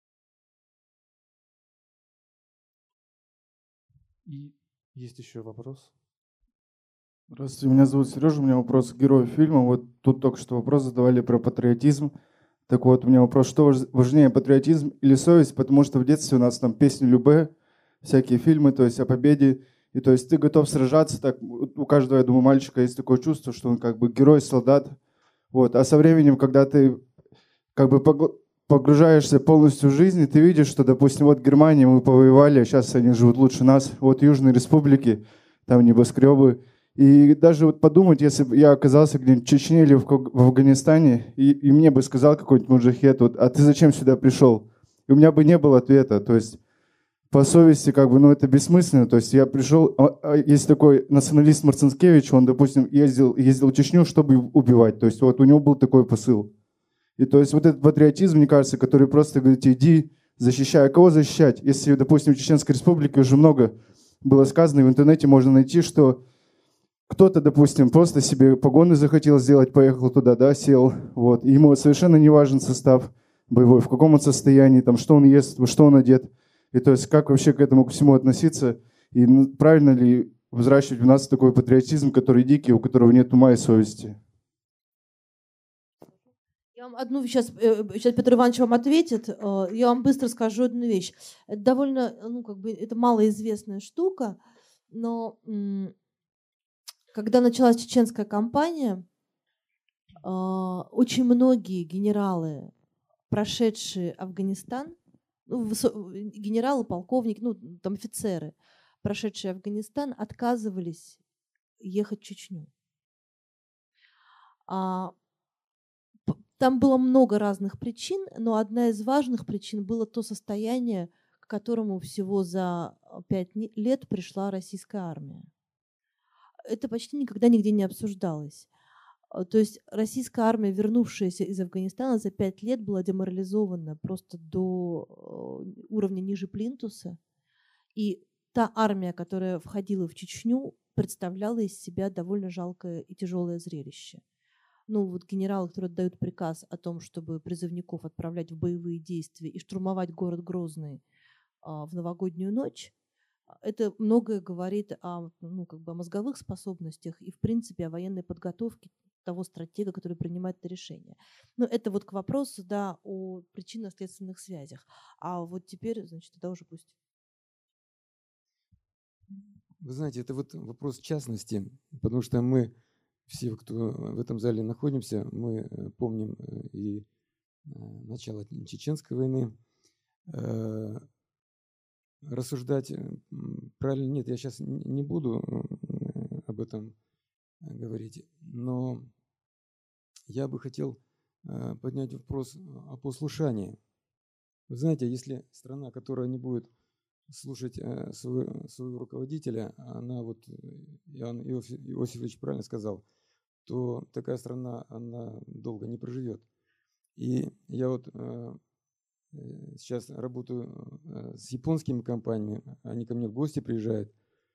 И есть еще вопрос? Здравствуйте, меня зовут Сережа, у меня вопрос к герою фильма. Вот тут только что вопрос задавали про патриотизм. Так вот, у меня вопрос, что важнее, патриотизм или совесть? Потому что в детстве у нас там песни Любе, всякие фильмы, то есть о победе. И то есть ты готов сражаться, так у каждого, я думаю, мальчика есть такое чувство, что он как бы герой, солдат. Вот. А со временем, когда ты как бы погружаешься полностью в жизнь, и ты видишь, что, допустим, вот Германия, мы повоевали, а сейчас они живут лучше нас. Вот Южные республики, там небоскребы. И даже вот подумать, если бы я оказался где-нибудь в Чечне или в Афганистане, и мне бы сказал какой-нибудь муджахед, вот, а ты зачем сюда пришел? И у меня бы не было ответа. То есть по совести, как бы, ну, это бессмысленно. То есть я пришел, есть такой националист Марцинкевич, он, допустим, ездил в Чечню, чтобы убивать. То есть вот у него был такой посыл. И то есть вот этот патриотизм, мне кажется, который просто говорит, иди, защищай. А кого защищать? Если, допустим, в Чеченской Республике уже много было сказано, и в интернете можно найти, что кто-то, допустим, просто себе погоны захотел сделать, поехал туда, да, сел. Вот. И ему совершенно не важен состав боевой, в каком он состоянии, там, что он ест, что он одет. И то есть как вообще к этому ко всему относиться? И правильно ли взращивать в нас такой патриотизм, который дикий, у которого нет ума и совести? Я вам одну сейчас Петр Иванович вам ответит. Я вам быстро скажу одну вещь. Это довольно, ну, как бы, это малоизвестная штука, но когда началась чеченская кампания, очень многие генералы, прошедшие Афганистан, ну, генералы, полковники, ну, там офицеры, прошедшие Афганистан, отказывались ехать в Чечню. Там было много разных причин, но одна из важных причин было то состояние, к которому всего за 5 лет пришла российская армия. Это почти никогда нигде не обсуждалось. То есть российская армия, вернувшаяся из Афганистана, за 5 лет была деморализована просто до уровня ниже плинтуса. И та армия, которая входила в Чечню, представляла из себя довольно жалкое и тяжелое зрелище. Ну, вот генералы, которые отдают приказ о том, чтобы призывников отправлять в боевые действия и штурмовать город Грозный в новогоднюю ночь, это многое говорит о, ну, как бы о мозговых способностях и, в принципе, о военной подготовке того стратега, который принимает это решение. Но это вот к вопросу, да, о причинно-следственных связях. А вот теперь, значит, тогда уже пусть. Вы знаете, это вот вопрос частности, потому что мы все, кто в этом зале находимся, мы помним и начало Чеченской войны. Рассуждать правильно, нет, я сейчас не буду об этом говорить, но я бы хотел поднять вопрос о послушании. Вы знаете, если страна, которая не будет слушать своего руководителя, она вот, Иоанн Иосифович правильно сказал, то такая страна, она долго не проживет. И я вот сейчас работаю с японскими компаниями, они ко мне в гости приезжают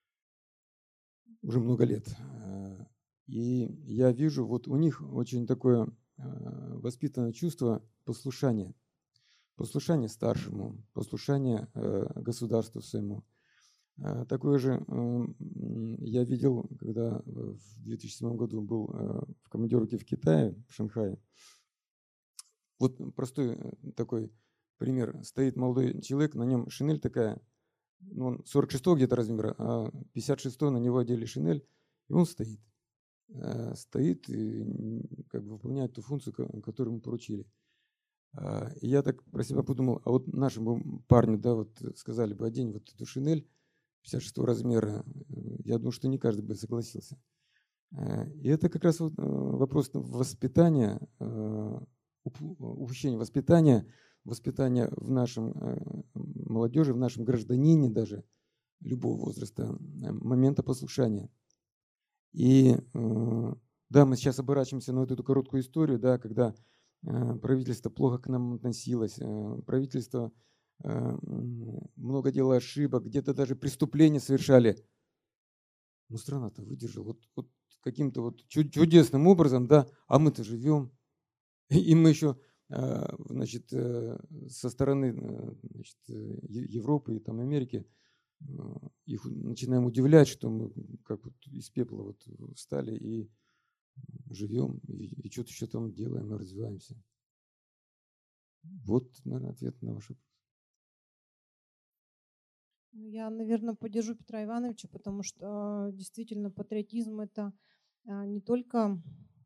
уже много лет. И я вижу, вот у них очень такое воспитанное чувство послушания. послушание старшему, послушание государству своему. Такое же я видел, когда в 2007 году был в командировке в Китае, в Шанхае. Вот простой такой пример. Стоит молодой человек, на нем шинель такая, ну, он 46-го где-то размера, а 56-го на него одели шинель, и он стоит. Стоит и как бы выполняет ту функцию, которую ему поручили. И я так про себя подумал, а вот нашему парню, да, вот сказали бы, одень вот эту шинель 56 размера, я думаю, что не каждый бы согласился. И это как раз вот вопрос воспитания, упущения воспитания в нашем молодежи, в нашем гражданине даже любого возраста, момента послушания. И да, мы сейчас оборачиваемся на вот эту короткую историю, да, когда правительство плохо к нам относилось, правительство много делало ошибок, где-то даже преступления совершали. Но страна-то выдержала вот каким-то вот чудесным образом, да, а мы-то живем. И мы еще, значит, со стороны, значит, Европы и там Америки их начинаем удивлять, что мы как вот из пепла вот встали и живем, и что-то еще там делаем, и развиваемся. Вот, наверное, ответ на ваш вопрос. Я, наверное, поддержу Петра Ивановича, потому что действительно патриотизм – это не только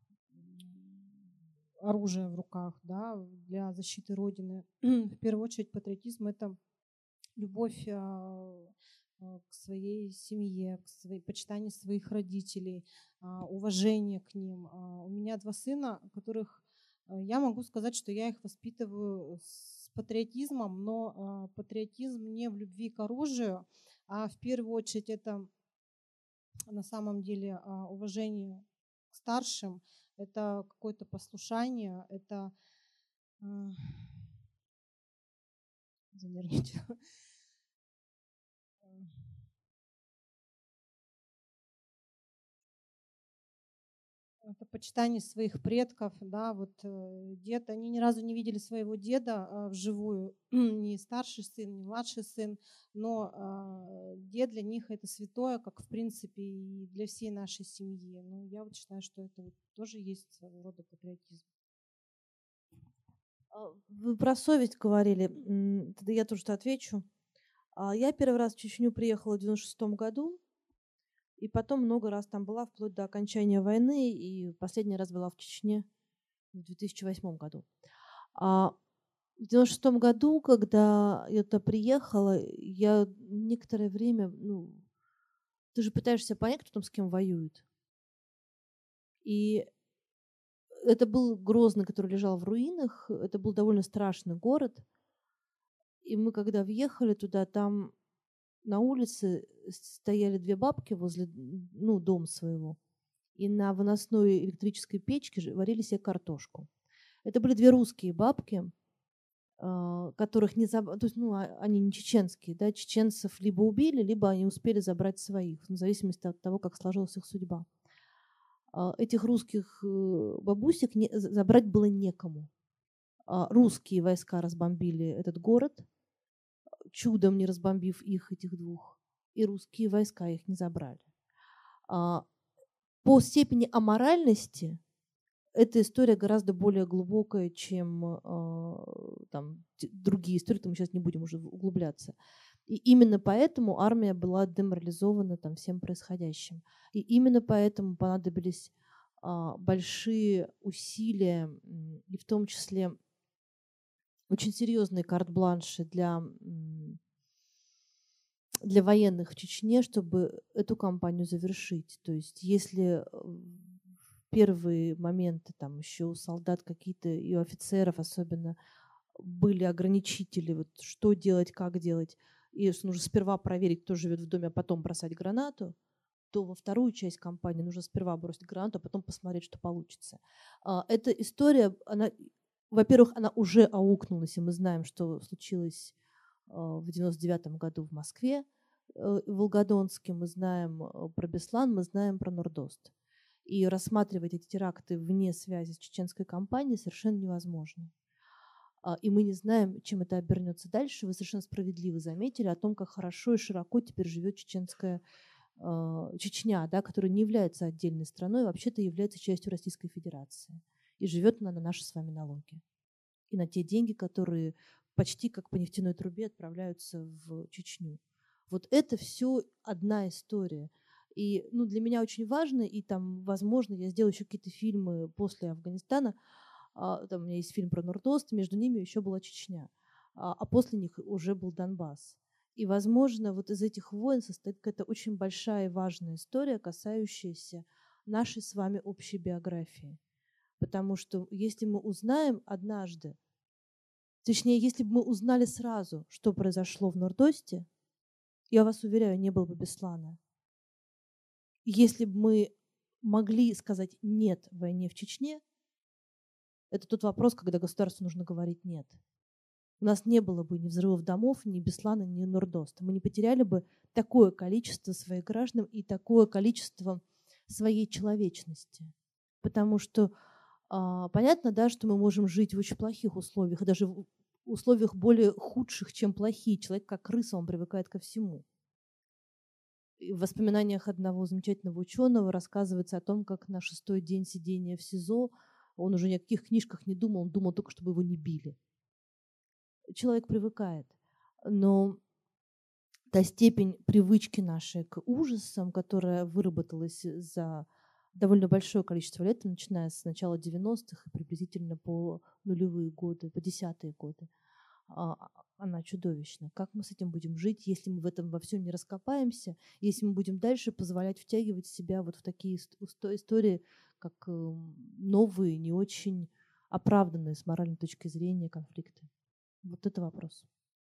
оружие в руках, да, для защиты Родины. В первую очередь патриотизм – это любовь к своей семье, почитание своих родителей, уважение к ним. У меня 2 сына, которых я могу сказать, что я их воспитываю с патриотизмом, но патриотизм не в любви к оружию, а в первую очередь это на самом деле уважение к старшим, это какое-то послушание, это занервничала. Это почитание своих предков, да, вот дед, они ни разу не видели своего деда вживую, ни старший сын, ни младший сын, но дед для них это святое, как в принципе и для всей нашей семьи. Ну, я вот считаю, что это вот тоже есть своего рода патриотизм. Вы про совесть говорили, тогда я тоже отвечу. Я первый раз в Чечню приехала в 96 году, и потом много раз там была, вплоть до окончания войны, и последний раз была в Чечне в 2008 году. В 96 году, когда я туда приехала, я некоторое время, ты же пытаешься понять, кто там с кем воюет. И это был Грозный, который лежал в руинах, это был довольно страшный город. И мы, когда въехали туда, там на улице стояли 2 бабки возле дома своего, и на выносной электрической печке варили себе картошку. Это были 2 русские бабки, которых не забрали, то есть, они не чеченские, да, чеченцев либо убили, либо они успели забрать своих, в зависимости от того, как сложилась их судьба. Этих русских бабусек забрать было некому. Русские войска разбомбили этот город, чудом не разбомбив этих 2, и русские войска их не забрали. По степени аморальности эта история гораздо более глубокая, чем там, другие истории, мы сейчас не будем уже углубляться. И именно поэтому армия была деморализована там, всем происходящим. И именно поэтому понадобились большие усилия, и в том числе очень серьезные карт-бланши для военных в Чечне, чтобы эту кампанию завершить. То есть если в первые моменты там еще у солдат какие-то и у офицеров особенно были ограничители, вот что делать, как делать, и нужно сперва проверить, кто живет в доме, а потом бросать гранату, то во вторую часть кампании нужно сперва бросить гранату, а потом посмотреть, что получится. Эта история, во-первых, она уже аукнулась, и мы знаем, что случилось в 99 году в Москве, в Волгодонске, мы знаем про Беслан, мы знаем про Нордост. И рассматривать эти теракты вне связи с чеченской кампанией совершенно невозможно. и мы не знаем, чем это обернется дальше. Вы совершенно справедливо заметили о том, как хорошо и широко теперь живет Чечня, да, которая не является отдельной страной, вообще-то является частью Российской Федерации. И живет она на наши с вами налоги. И на те деньги, которые почти как по нефтяной трубе отправляются в Чечню. Вот это все одна история. И для меня очень важно, и там, возможно, я сделаю еще какие-то фильмы после Афганистана. Там у меня есть фильм про Нордост, между ними еще была Чечня. А после них уже был Донбасс. И, возможно, вот из этих войн состоит какая-то очень большая и важная история, касающаяся нашей с вами общей биографии. Потому что если мы узнаем однажды, точнее, если бы мы узнали сразу, что произошло в Нордосте, я вас уверяю, не было бы Беслана. Если бы мы могли сказать «нет» войне в Чечне, это тот вопрос, когда государству нужно говорить «нет». У нас не было бы ни взрывов домов, ни Беслана, ни Нордоста. Мы не потеряли бы такое количество своих граждан и такое количество своей человечности. Потому что понятно, да, что мы можем жить в очень плохих условиях, и даже в условиях более худших, чем плохие. Человек, как крыса, он привыкает ко всему. И в воспоминаниях одного замечательного ученого рассказывается о том, как на 6-й день сидения в СИЗО он уже ни о каких книжках не думал, он думал только, чтобы его не били. Человек привыкает. Но та степень привычки нашей к ужасам, которая выработалась за довольно большое количество лет, начиная с начала 90-х и приблизительно по нулевые годы, по 10-е годы, она чудовищна. Как мы с этим будем жить, если мы в этом во всем не раскопаемся, если мы будем дальше позволять втягивать себя вот в такие истории, как новые, не очень оправданные с моральной точки зрения конфликты? Вот это вопрос.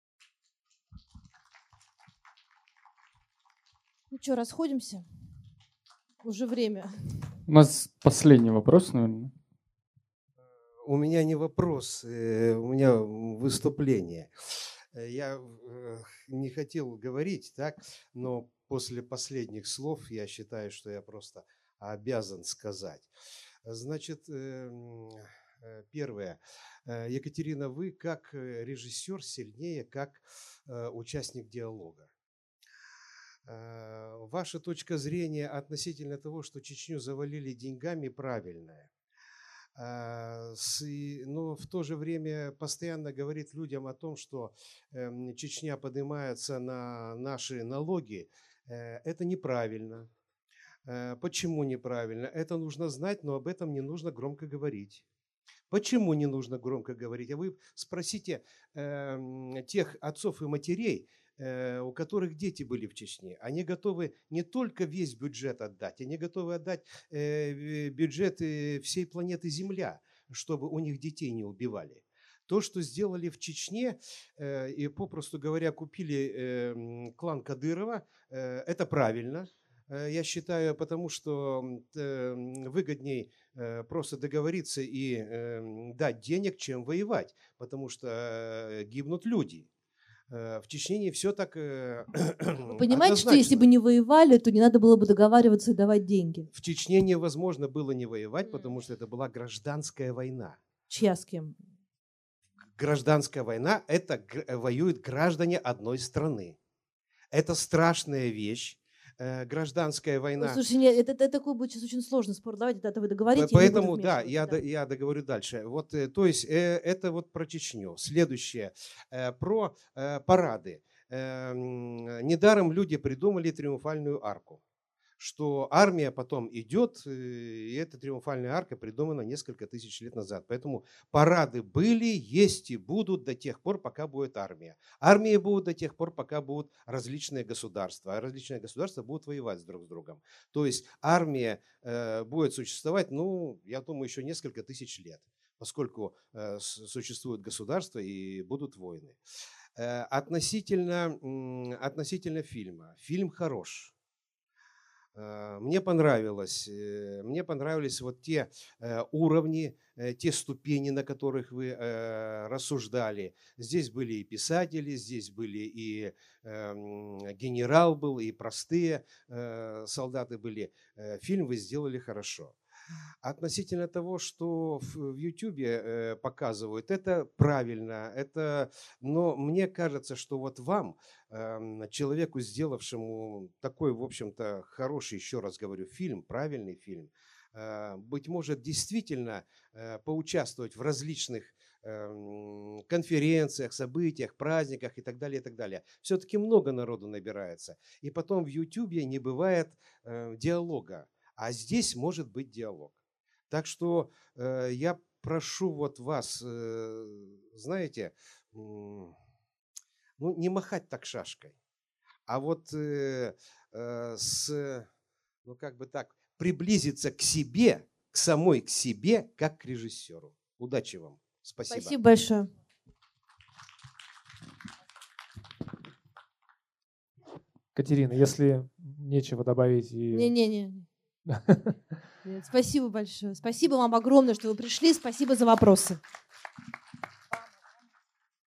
Ну что, расходимся? Уже время. У нас последний вопрос, наверное. У меня не вопрос, у меня выступление. Я не хотел говорить, так, но после последних слов я считаю, что я просто обязан сказать. Значит, первое. Екатерина, вы как режиссер сильнее, как участник диалога. Ваша точка зрения относительно того, что Чечню завалили деньгами, правильная. Но в то же время постоянно говорит людям о том, что Чечня поднимается на наши налоги. Это неправильно. Почему неправильно? Это нужно знать, но об этом не нужно громко говорить. Почему не нужно громко говорить? А вы спросите тех отцов и матерей, у которых дети были в Чечне. Они готовы не только весь бюджет отдать, они готовы отдать бюджет всей планеты Земля, чтобы у них детей не убивали. То, что сделали в Чечне, и, попросту говоря, купили клан Кадырова, это правильно. Я считаю, потому что выгодней просто договориться и дать денег, чем воевать, потому что гибнут люди. В Чечне не все так Вы понимаете, что если бы не воевали, то не надо было бы договариваться и давать деньги? В Чечне невозможно было не воевать, потому что это была гражданская война. Чья с кем? Гражданская война – это воюют граждане одной страны. Это страшная вещь. Гражданская война. Слушай, нет, это такой будет сейчас очень сложный спор. Давайте это вы договорите. Поэтому, да, я договорю дальше. Вот, то есть это вот про Чечню. Следующее. Про парады. Недаром люди придумали триумфальную арку. Что армия потом идет, и эта триумфальная арка придумана несколько тысяч лет назад. Поэтому парады были, есть и будут до тех пор, пока будет армия. Армии будут до тех пор, пока будут различные государства. А различные государства будут воевать друг с другом. То есть армия будет существовать, я думаю, еще несколько тысяч лет, поскольку существуют государства и будут войны. Относительно фильма. Фильм хорош. Мне понравились вот те уровни, те ступени, на которых вы рассуждали. Здесь были и писатели, здесь были и генерал был, и простые солдаты были. Фильм вы сделали хорошо. Относительно того, что в Ютубе показывают, это правильно, но мне кажется, что вот вам, человеку, сделавшему такой, в общем-то, хороший, еще раз говорю, фильм, правильный фильм, быть может, действительно поучаствовать в различных конференциях, событиях, праздниках и так далее, и так далее. Все-таки много народу набирается. И потом в Ютубе не бывает диалога, а здесь может быть диалог. Так что я прошу вот вас, знаете, ну, не махать так шашкой, а вот ну, как бы так, приблизиться к себе, к самой к себе, как к режиссеру. Удачи вам. Спасибо. Спасибо большое. Катерина, если нечего добавить и... Не-не-не. Нет, спасибо большое. Спасибо вам огромное, что вы пришли. Спасибо за вопросы.